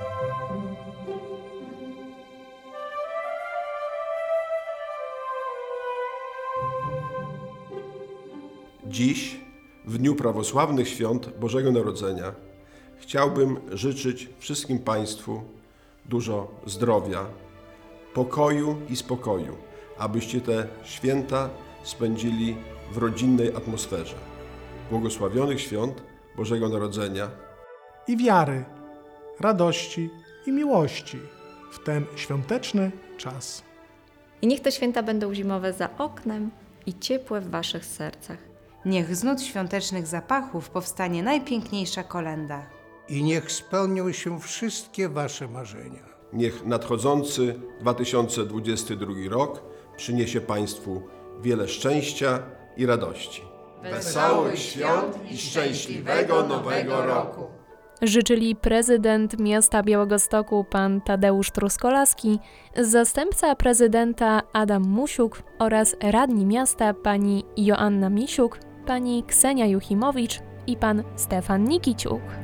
Dziś, w dniu prawosławnych świąt Bożego Narodzenia, chciałbym życzyć wszystkim Państwu dużo zdrowia, pokoju i spokoju, abyście te święta spędzili w rodzinnej atmosferze. Błogosławionych świąt Bożego Narodzenia I wiary, radości i miłości w ten świąteczny czas. I niech te święta będą zimowe za oknem i ciepłe w waszych sercach. Niech z nut świątecznych zapachów powstanie najpiękniejsza kolęda. I niech spełnią się wszystkie wasze marzenia. Niech nadchodzący 2022 rok przyniesie Państwu wiele szczęścia i radości. Wesołych świąt i szczęśliwego Nowego Roku! Życzyli prezydent miasta Białegostoku pan Tadeusz Truskolaski, zastępca prezydenta Adam Musiuk oraz radni miasta pani Joanna Misiuk, pani Ksenia Juchimowicz i pan Stefan Nikiciuk.